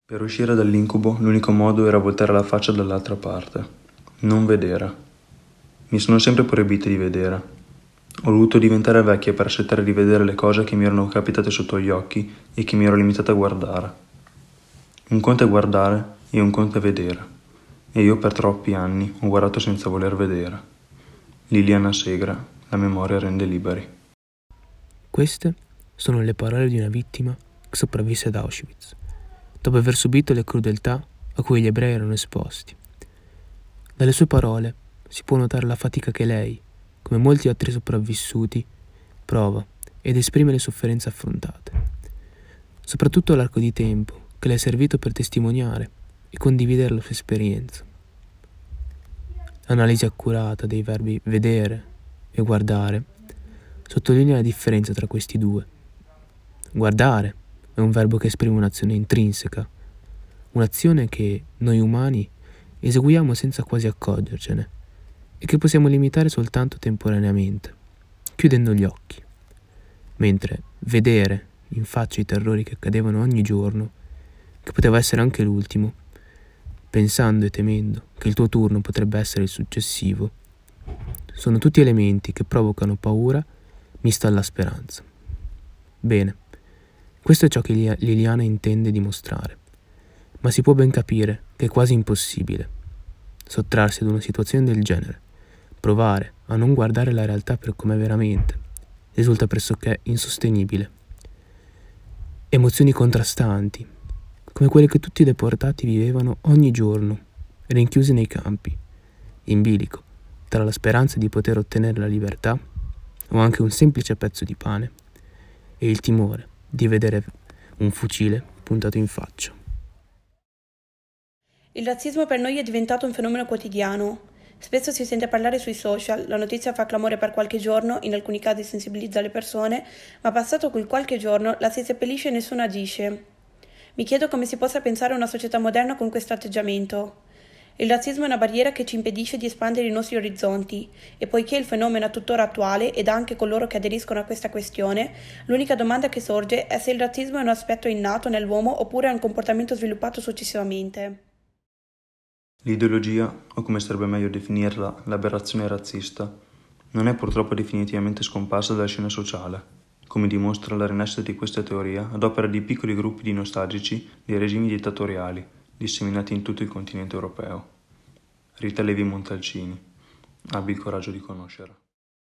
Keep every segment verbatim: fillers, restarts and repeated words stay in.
Per uscire dall'incubo l'unico modo era voltare la faccia dall'altra parte, non vedere. Mi sono sempre proibito di vedere. Ho voluto diventare vecchia per accettare di vedere le cose che mi erano capitate sotto gli occhi e che mi ero limitata a guardare. Un conto è guardare e un conto è vedere. E io per troppi anni ho guardato senza voler vedere. Liliana Segre, la memoria rende liberi. Queste sono le parole di una vittima che sopravvisse ad Auschwitz, dopo aver subito le crudeltà a cui gli ebrei erano esposti. Dalle sue parole si può notare la fatica che lei, come molti altri sopravvissuti, prova ed esprime le sofferenze affrontate. Soprattutto l'arco di tempo che le è servito per testimoniare e condividere la sua esperienza. L'analisi accurata dei verbi vedere e guardare sottolinea la differenza tra questi due. Guardare è un verbo che esprime un'azione intrinseca, un'azione che noi umani eseguiamo senza quasi accorgercene e che possiamo limitare soltanto temporaneamente, chiudendo gli occhi. Mentre vedere in faccia i terrori che accadevano ogni giorno, che poteva essere anche l'ultimo, pensando e temendo che il tuo turno potrebbe essere il successivo, sono tutti elementi che provocano paura mista alla speranza. Bene, questo è ciò che Liliana intende dimostrare, ma si può ben capire che è quasi impossibile sottrarsi ad una situazione del genere, provare a non guardare la realtà per com'è veramente, risulta pressoché insostenibile. Emozioni contrastanti, come quelle che tutti i deportati vivevano ogni giorno, rinchiusi nei campi, in bilico, tra la speranza di poter ottenere la libertà, o anche un semplice pezzo di pane, e il timore di vedere un fucile puntato in faccia. Il razzismo per noi è diventato un fenomeno quotidiano. Spesso si sente parlare sui social, la notizia fa clamore per qualche giorno, in alcuni casi sensibilizza le persone, ma passato quel qualche giorno la si seppellisce e nessuno agisce. Mi chiedo come si possa pensare a una società moderna con questo atteggiamento. Il razzismo è una barriera che ci impedisce di espandere i nostri orizzonti e poiché il fenomeno è tuttora attuale ed anche coloro che aderiscono a questa questione, l'unica domanda che sorge è se il razzismo è un aspetto innato nell'uomo oppure è un comportamento sviluppato successivamente. L'ideologia, o come sarebbe meglio definirla, l'aberrazione razzista, non è purtroppo definitivamente scomparsa dalla scena sociale, come dimostra la rinascita di questa teoria ad opera di piccoli gruppi di nostalgici dei regimi dittatoriali, disseminati in tutto il continente europeo. Rita Levi Montalcini. Abbi il coraggio di conoscere.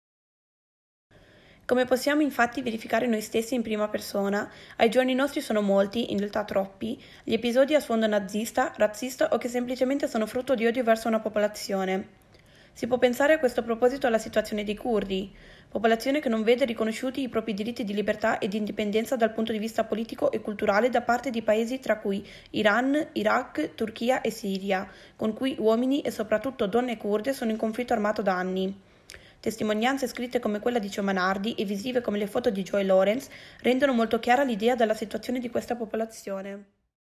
Come possiamo infatti verificare noi stessi in prima persona, ai giorni nostri sono molti, in realtà troppi, gli episodi a sfondo nazista, razzista o che semplicemente sono frutto di odio verso una popolazione. Si può pensare a questo proposito alla situazione dei curdi, popolazione che non vede riconosciuti i propri diritti di libertà e di indipendenza dal punto di vista politico e culturale da parte di paesi tra cui Iran, Iraq, Turchia e Siria, con cui uomini e soprattutto donne curde sono in conflitto armato da anni. Testimonianze scritte come quella di Ciomanardi e visive come le foto di Joy Lawrence rendono molto chiara l'idea della situazione di questa popolazione.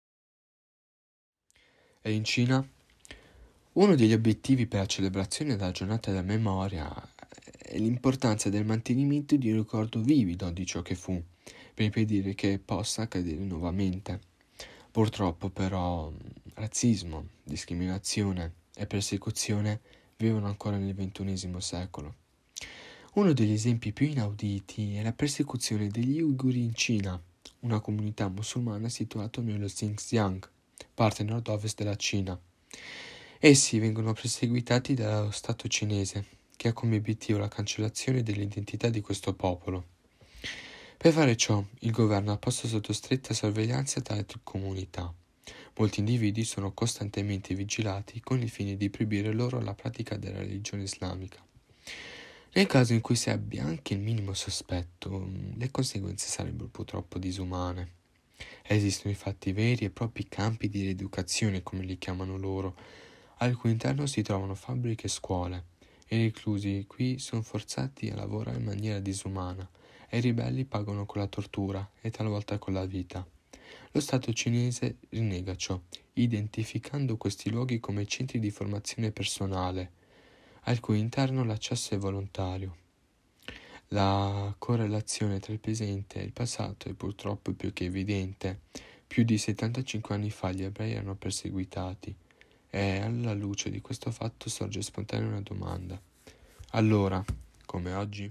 E in Cina? Uno degli obiettivi per la celebrazione della giornata della memoria è l'importanza del mantenimento di un ricordo vivido di ciò che fu, per impedire che possa accadere nuovamente. Purtroppo però razzismo, discriminazione e persecuzione vivono ancora nel ventunesimo secolo. Uno degli esempi più inauditi è la persecuzione degli Uiguri in Cina, una comunità musulmana situata nello Xinjiang, parte nord-ovest della Cina. Essi vengono perseguitati dallo Stato cinese, che ha come obiettivo la cancellazione dell'identità di questo popolo. Per fare ciò, il governo ha posto sotto stretta sorveglianza tale comunità. Molti individui sono costantemente vigilati con il fine di proibire loro la pratica della religione islamica. Nel caso in cui si abbia anche il minimo sospetto, le conseguenze sarebbero purtroppo disumane. Esistono infatti veri e propri campi di rieducazione, come li chiamano loro, al cui interno si trovano fabbriche e scuole, e i reclusi qui sono forzati a lavorare in maniera disumana, e i ribelli pagano con la tortura e talvolta con la vita. Lo Stato cinese rinnega ciò, identificando questi luoghi come centri di formazione personale, al cui interno l'accesso è volontario. La correlazione tra il presente e il passato è purtroppo più che evidente. Più di settantacinque anni fa gli ebrei erano perseguitati e alla luce di questo fatto sorge spontanea una domanda. Allora, come oggi?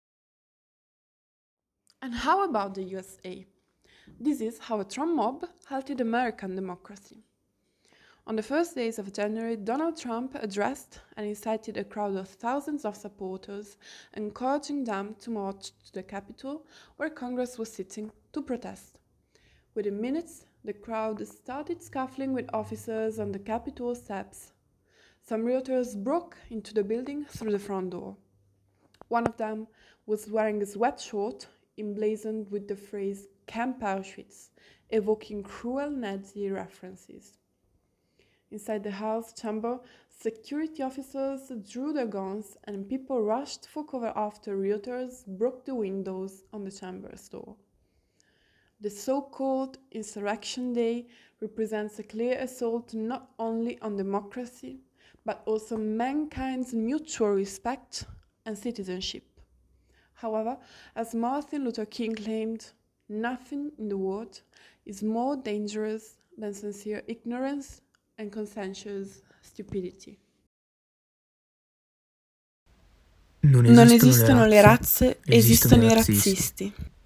And how about the U S A? This is how a Trump mob halted American democracy. On the first days of January, Donald Trump addressed and incited a crowd of thousands of supporters, encouraging them to march to the Capitol, where Congress was sitting, to protest. Within minutes, the crowd started scuffling with officers on the Capitol steps. Some rioters broke into the building through the front door. One of them was wearing a sweatshirt emblazoned with the phrase Camp Auschwitz, evoking cruel Nazi references. Inside the House chamber, security officers drew their guns and people rushed for cover after rioters broke the windows on the chamber's door. The so-called Insurrection Day represents a clear assault not only on democracy, but also mankind's mutual respect and citizenship. However, as Martin Luther King claimed, nothing in the world is more dangerous than sincere ignorance and conscientious stupidity. Non Non esistono esistono le le razze, razze, esistono esistono i i razzisti. razzisti.